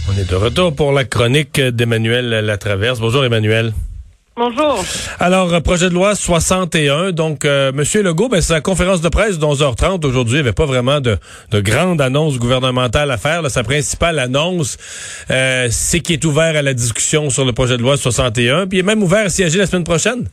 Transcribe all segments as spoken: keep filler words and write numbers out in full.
On est de retour pour la chronique d'Emmanuel Latraverse. Bonjour Emmanuel. Bonjour. Alors, projet de loi soixante et un, donc euh, Monsieur Legault, ben, sa conférence de presse d'onze heures trente aujourd'hui, il n'y avait pas vraiment de, de grande annonce gouvernementale à faire. Là. Sa principale annonce, euh, c'est qu'il est ouvert à la discussion sur le projet de loi soixante et un, puis il est même ouvert à siéger la semaine prochaine.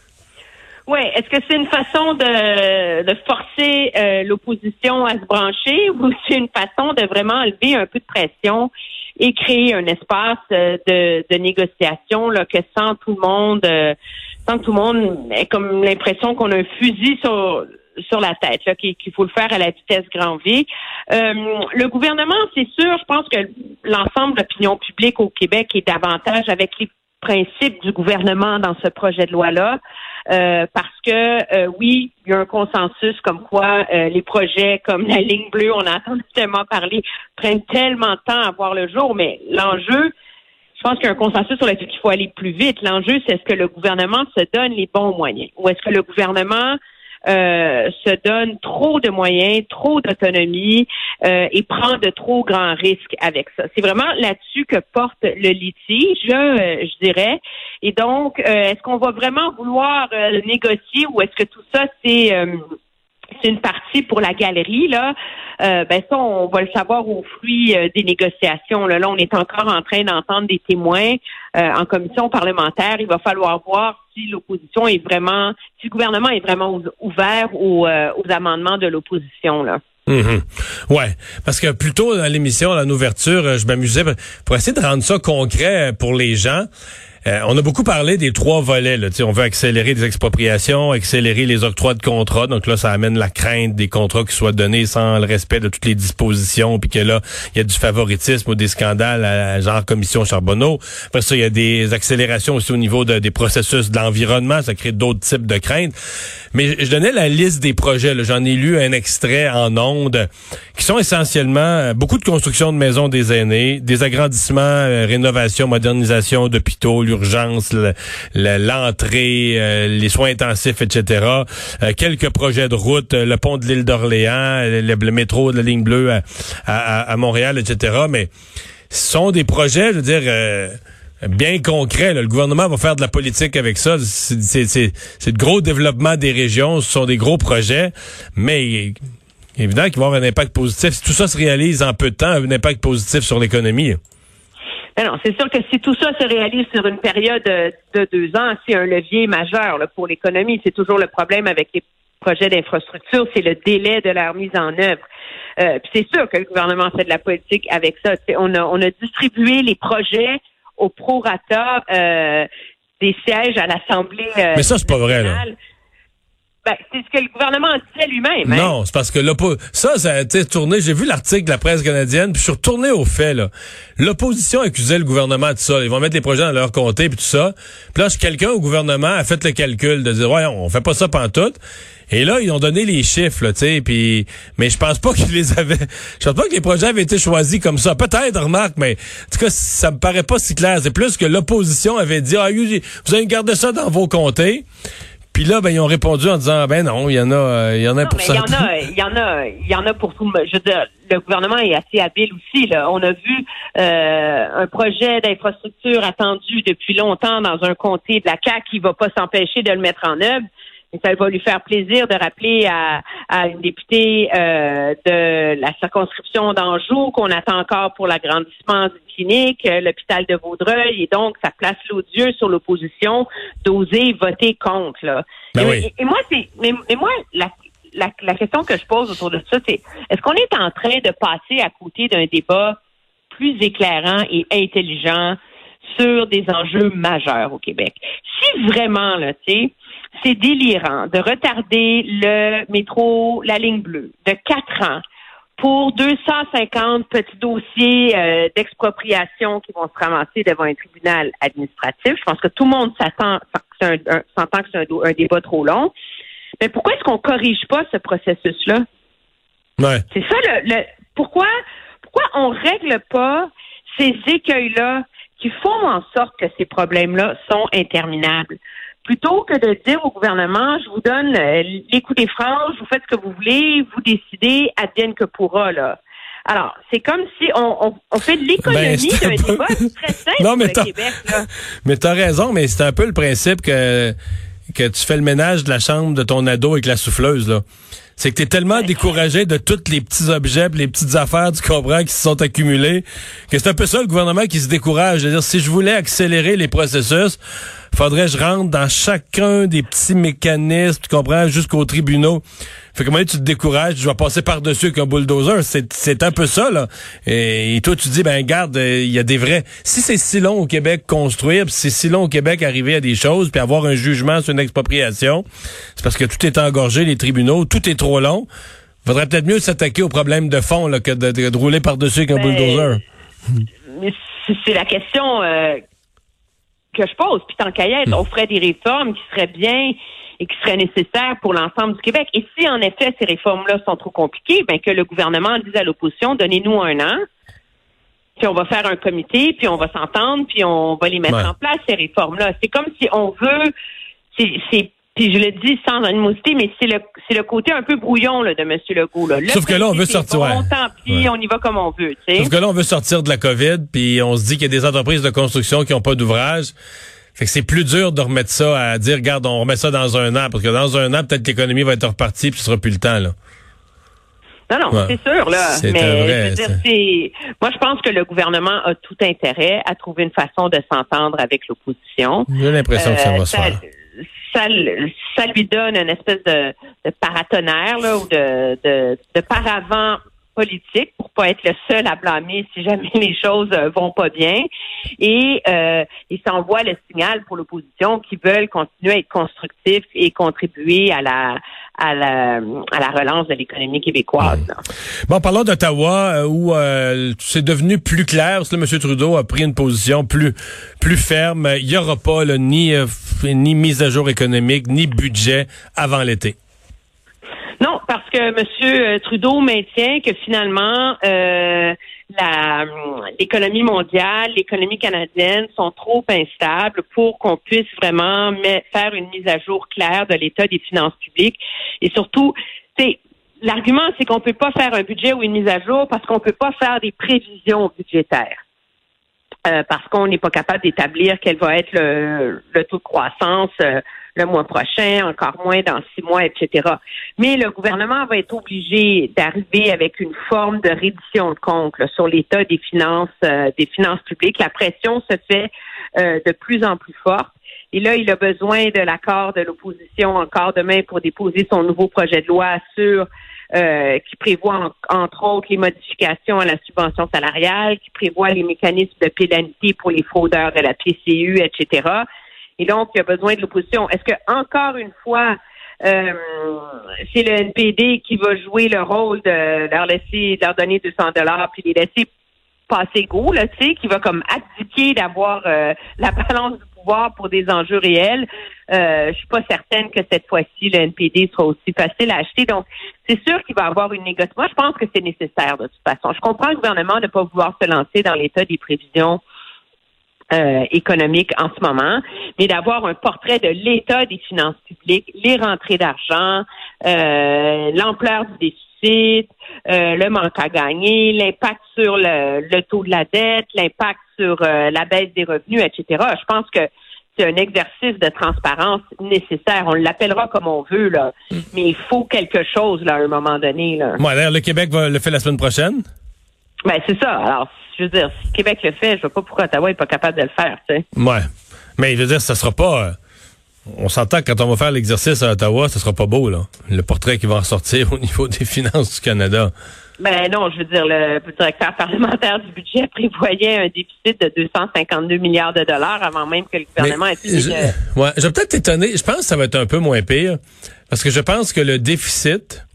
Oui, est-ce que c'est une façon de, de forcer euh, l'opposition à se brancher ou c'est une façon de vraiment enlever un peu de pression et créer un espace euh, de, de négociation là, que sans tout le monde, euh, sans que tout le monde ait comme l'impression qu'on a un fusil sur sur la tête, là, qu'il, qu'il faut le faire à la vitesse grand V. Euh, le gouvernement, c'est sûr, je pense que l'ensemble de l'opinion publique au Québec est davantage avec les principes du gouvernement dans ce projet de loi-là. Euh, parce que, euh, oui, il y a un consensus comme quoi euh, les projets comme la ligne bleue, on a entendu tellement parler, prennent tellement de temps à voir le jour, mais l'enjeu, je pense qu'il y a un consensus sur le fait qu'il faut aller plus vite. L'enjeu, c'est est-ce que le gouvernement se donne les bons moyens ou est-ce que le gouvernement Euh, se donne trop de moyens, trop d'autonomie euh, et prend de trop grands risques avec ça. C'est vraiment là-dessus que porte le litige, euh, je dirais. Et donc, euh, est-ce qu'on va vraiment vouloir euh, négocier ou est-ce que tout ça, c'est... Euh, c'est une partie pour la galerie, là. Euh, ben ça, on va le savoir au fruit euh, des négociations. Là. là, on est encore en train d'entendre des témoins euh, en commission parlementaire. Il va falloir voir si l'opposition est vraiment, si le gouvernement est vraiment ouvert aux, euh, aux amendements de l'opposition, là. Mmh. Ouais, parce que plus tôt dans l'émission, à l'ouverture, je m'amusais pour essayer de rendre ça concret pour les gens. Euh, on a beaucoup parlé des trois volets. Là. On veut accélérer des expropriations, accélérer les octrois de contrats. Donc là, ça amène la crainte des contrats qui soient donnés sans le respect de toutes les dispositions, puis que là, il y a du favoritisme ou des scandales, à, genre commission Charbonneau. Après ça, il y a des accélérations aussi au niveau de, des processus de l'environnement. Ça crée d'autres types de craintes. Mais je donnais la liste des projets. Là. J'en ai lu un extrait en ondes qui sont essentiellement beaucoup de construction de maisons des aînés, des agrandissements, euh, rénovation, modernisation d'hôpitaux, l'urgence, le, le, l'entrée, euh, les soins intensifs, et cetera. Euh, quelques projets de route, le pont de l'île d'Orléans, le, le métro de la ligne bleue à, à, à Montréal, et cetera. Mais ce sont des projets, je veux dire... Euh, bien concret. Là. Le gouvernement va faire de la politique avec ça. C'est, c'est, c'est, c'est de gros développement des régions. Ce sont des gros projets. Mais évidemment qu'il va y avoir un impact positif. Si tout ça se réalise en peu de temps, un impact positif sur l'économie. Mais non, c'est sûr que si tout ça se réalise sur une période de deux ans, c'est un levier majeur là, pour l'économie. C'est toujours le problème avec les projets d'infrastructure, c'est le délai de leur mise en œuvre. Euh, puis c'est sûr que le gouvernement fait de la politique avec ça. T'sais, on a, on a distribué les projets au prorata euh, des sièges à l'Assemblée euh, Mais ça, c'est pas vrai, là. Ben, c'est ce que le gouvernement disait lui-même. Hein? Non, c'est parce que l'oppo- ça, ça a été tourné. J'ai vu l'article de la presse canadienne, puis je suis retourné aux faits, là. L'opposition accusait le gouvernement de ça. Ils vont mettre les projets dans leur comté, puis tout ça. Puis là, quelqu'un au gouvernement a fait le calcul de dire, ouais, on fait pas ça pantoute. Et là, ils ont donné les chiffres, là, tu sais, puis mais je pense pas qu'ils les avaient. Je pense pas que les projets avaient été choisis comme ça. Peut-être, remarque, mais en tout cas, ça me paraît pas si clair. C'est plus que l'opposition avait dit, ah, vous allez garder ça dans vos comtés. Puis là, ben ils ont répondu en disant, ben non, il y en a, euh, il y en a non, pour mais ça. Il y en a, il y en a, il y en a pour tout. Je veux dire, le gouvernement est assez habile aussi. Là. On a vu euh, un projet d'infrastructure attendu depuis longtemps dans un comté de la C A Q qui va pas s'empêcher de le mettre en œuvre. Et ça va lui faire plaisir de rappeler à, à une députée euh, de la circonscription d'Anjou qu'on attend encore pour l'agrandissement d'une clinique, euh, l'hôpital de Vaudreuil, et donc ça place l'odieux sur l'opposition d'oser voter contre. Là. Ben et, oui. et, et moi, c'est, mais, mais moi, la, la, la question que je pose autour de ça, c'est est-ce qu'on est en train de passer à côté d'un débat plus éclairant et intelligent sur des enjeux majeurs au Québec? Si vraiment, là, tu sais, c'est délirant de retarder le métro, la ligne bleue, de quatre ans pour deux cent cinquante petits dossiers euh, d'expropriation qui vont se ramasser devant un tribunal administratif. Je pense que tout le monde s'attend, c'est un, un, s'entend que c'est un, un débat trop long. Mais pourquoi est-ce qu'on corrige pas ce processus-là? Ouais. C'est ça le, le pourquoi pourquoi on règle pas ces écueils-là qui font en sorte que ces problèmes-là sont interminables? Plutôt que de dire au gouvernement, je vous donne euh, les coups des franges, vous faites ce que vous voulez, vous décidez, advienne que pourra, là. Alors, c'est comme si on, on, on fait de l'économie ben, d'un peu... débat très simple non, mais au Québec. Là. Mais t'as raison, mais c'est un peu le principe que, que tu fais le ménage de la chambre de ton ado avec la souffleuse, là. C'est que t'es tellement ouais. découragé de tous les petits objets, les petites affaires, tu comprends, qui se sont accumulées, que c'est un peu ça le gouvernement qui se décourage. C'est-à-dire, si je voulais accélérer les processus, faudrait que je rentre dans chacun des petits mécanismes, tu comprends, jusqu'aux tribunaux. Fait que moi, tu te décourages, je vais passer par-dessus avec un bulldozer. C'est, c'est un peu ça, là. Et, et toi, tu dis, ben, garde, il euh, y a des vrais... Si c'est si long au Québec construire, puis c'est si long au Québec arriver à des choses, puis avoir un jugement sur une expropriation, c'est parce que tout est engorgé, les tribunaux, tout est trop long. Faudrait peut-être mieux s'attaquer aux problèmes de fond, là, que de, de, de rouler par-dessus avec un mais, bulldozer. Mais c'est la question euh, que je pose. Puis tant qu'à y être, mmh. on ferait des réformes qui seraient bien... et qui serait nécessaire pour l'ensemble du Québec. Et si, en effet, ces réformes-là sont trop compliquées, ben que le gouvernement dise à l'opposition, donnez-nous un an, puis on va faire un comité, puis on va s'entendre, puis on va les mettre ouais. en place, ces réformes-là. C'est comme si on veut, c'est, c'est puis je le dis sans animosité, mais c'est le c'est le côté un peu brouillon là, de M. Legault. Là. Sauf que là, on veut sortir. Bon, ouais. tant pis, ouais. on y va comme on veut. T'sais. Sauf que là, on veut sortir de la COVID, puis on se dit qu'il y a des entreprises de construction qui n'ont pas d'ouvrage. Fait que c'est plus dur de remettre ça à dire, regarde, on remet ça dans un an, parce que dans un an, peut-être que l'économie va être repartie, puis ce sera plus le temps, là. Non, non, ouais. c'est sûr, là. C'est mais vrai, je veux dire, c'est... moi, je pense que le gouvernement a tout intérêt à trouver une façon de s'entendre avec l'opposition. J'ai l'impression euh, que ça va ça, se faire. Ça, ça lui donne une espèce de, de paratonnerre, là, ou de, de, de paravent politique pour pas être le seul à blâmer si jamais les choses euh, vont pas bien. Et euh, il s'envoie le signal pour l'opposition qui veulent continuer à être constructifs et contribuer à la à la à la relance de l'économie québécoise. Mmh. Bon, parlons d'Ottawa euh, où euh, c'est devenu plus clair. Là, M. Trudeau a pris une position plus plus ferme. Il y aura pas là, ni euh, ni mise à jour économique ni budget avant l'été. Non, parce que M. Trudeau maintient que finalement, euh, la, l'économie mondiale, l'économie canadienne sont trop instables pour qu'on puisse vraiment met, faire une mise à jour claire de l'état des finances publiques. Et surtout, c'est l'argument, c'est qu'on peut pas faire un budget ou une mise à jour parce qu'on peut pas faire des prévisions budgétaires. Euh, parce qu'on n'est pas capable d'établir quel va être le, le taux de croissance euh, le mois prochain, encore moins dans six mois, et cetera. Mais le gouvernement va être obligé d'arriver avec une forme de reddition de comptes là, sur l'état des finances euh, des finances publiques. La pression se fait euh, de plus en plus forte. Et là, il a besoin de l'accord de l'opposition encore demain pour déposer son nouveau projet de loi sur Euh, qui prévoit, en, entre autres, les modifications à la subvention salariale, qui prévoit les mécanismes de pénalité pour les fraudeurs de la P C U, et cetera. Et donc, il y a besoin de l'opposition. Est-ce que, encore une fois, euh, c'est le N P D qui va jouer le rôle de leur laisser, de leur donner deux cents dollars puis les laisser passer go, là, tu sais, qui va comme abdiquer d'avoir euh, la balance du pouvoir pour des enjeux réels? Euh, je suis pas certaine que cette fois-ci, le N P D sera aussi facile à acheter. Donc, c'est sûr qu'il va y avoir une négociation. Moi, je pense que c'est nécessaire de toute façon. Je comprends le gouvernement de ne pas vouloir se lancer dans l'état des prévisions euh, économiques en ce moment, mais d'avoir un portrait de l'état des finances publiques, les rentrées d'argent, euh, l'ampleur du déficit, euh, le manque à gagner, l'impact sur le, le taux de la dette, l'impact sur euh, la baisse des revenus, et cetera. Je pense que c'est un exercice de transparence nécessaire. On l'appellera comme on veut, là. Mm. Mais il faut quelque chose, là, à un moment donné, là. Bon, d'ailleurs, le Québec va le fait la semaine prochaine? Ben, c'est ça. Alors, je veux dire, si le Québec le fait, je vois pas pourquoi Ottawa est pas capable de le faire, tu sais. Ouais. Mais, je veux dire, ça sera pas... Euh, on s'entend que quand on va faire l'exercice à Ottawa, ça sera pas beau, là. Le portrait qui va en sortir au niveau des finances du Canada. Ben non, je veux dire, le directeur parlementaire du budget prévoyait un déficit de deux cent cinquante-deux milliards de dollars avant même que le gouvernement ait fini de... Ouais, je vais peut-être t'étonner. Je pense que ça va être un peu moins pire parce que je pense que le déficit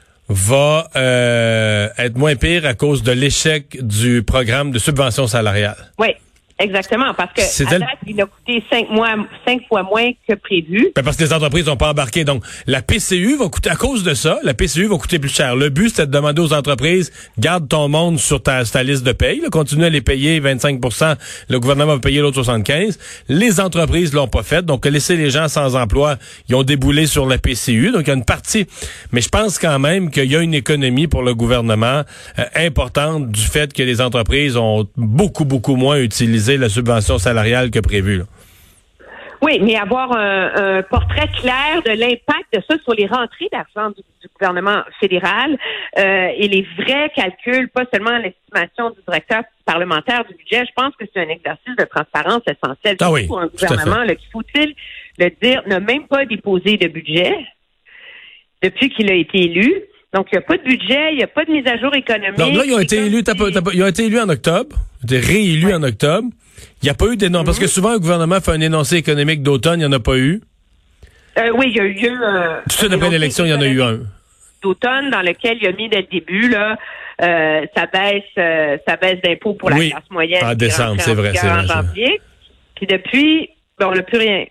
va euh, être moins pire à cause de l'échec du programme de subvention salariale. Oui. Exactement, parce que C'est à elle... date, il a coûté cinq mois, cinq fois moins que prévu. Ben parce que les entreprises n'ont pas embarqué. Donc, la P C U va coûter, à cause de ça, la P C U va coûter plus cher. Le but, c'était de demander aux entreprises, garde ton monde sur ta, sur ta liste de paye, là, continue à les payer vingt-cinq pour cent, le gouvernement va payer l'autre soixante-quinze. Les entreprises l'ont pas fait, donc laisser les gens sans emploi, ils ont déboulé sur la P C U, donc il y a une partie. Mais je pense quand même qu'il y a une économie pour le gouvernement euh, importante du fait que les entreprises ont beaucoup, beaucoup moins utilisé la subvention salariale que prévu. Là. Oui, mais avoir un, un portrait clair de l'impact de ça sur les rentrées d'argent du, du gouvernement fédéral euh, et les vrais calculs, pas seulement l'estimation du directeur parlementaire du budget, je pense que c'est un exercice de transparence essentiel ah oui, pour un gouvernement là, qui, faut-il le dire, n'a même pas déposé de budget depuis qu'il a été élu. Donc, il n'y a pas de budget, il n'y a pas de mise à jour économique. Donc là, ils ont été élus, t'as pas, t'as pas, ils ont été élus en octobre, ils ont été réélus ouais. en octobre. Il n'y a pas eu d'énoncé, mm-hmm. parce que souvent, un gouvernement fait un énoncé économique d'automne, il n'y en a pas eu. Euh, oui, il y a eu... Euh, Tout de suite après l'élection, il y en a eu un. D'automne, dans lequel il a mis dès le début, là, euh, ça baisse, euh, ça baisse d'impôts pour la oui. classe moyenne. En décembre, c'est vrai, c'est vrai. En janvier. Puis depuis, ben, on n'a plus rien.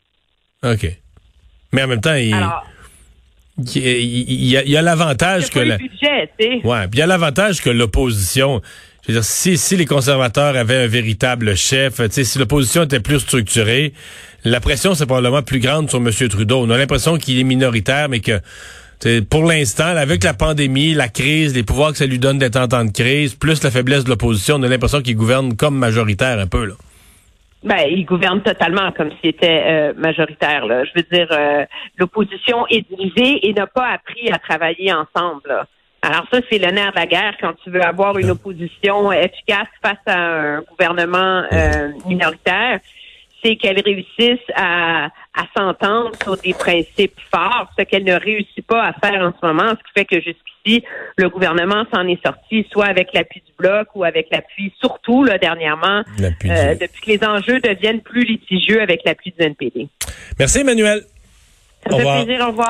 OK. Mais en même temps, il... Alors, Il y a, il y a l'avantage que la... budget, tu sais. Ouais, puis il y a l'avantage que l'opposition, je veux dire, si si les conservateurs avaient un véritable chef, tu sais, si l'opposition était plus structurée, la pression c'est probablement plus grande sur M. Trudeau. On a l'impression qu'il est minoritaire, mais que pour l'instant, avec la pandémie, la crise, les pouvoirs que ça lui donne d'être en temps de crise, plus la faiblesse de l'opposition, on a l'impression qu'il gouverne comme majoritaire un peu là. Ben, il gouverne totalement comme s'il était euh, majoritaire. Là. Je veux dire, euh, l'opposition est divisée et n'a pas appris à travailler ensemble. Là. Alors ça, c'est le nerf de la guerre quand tu veux avoir une opposition efficace face à un gouvernement euh, minoritaire. C'est qu'elle réussisse à, à s'entendre sur des principes forts, ce qu'elle ne réussit pas à faire en ce moment, ce qui fait que jusqu'ici, le gouvernement s'en est sorti, soit avec l'appui du Bloc ou avec l'appui, surtout là, dernièrement, euh, depuis que les enjeux deviennent plus litigieux avec l'appui du N P D. Merci, Emmanuel. Ça me fait plaisir, au revoir.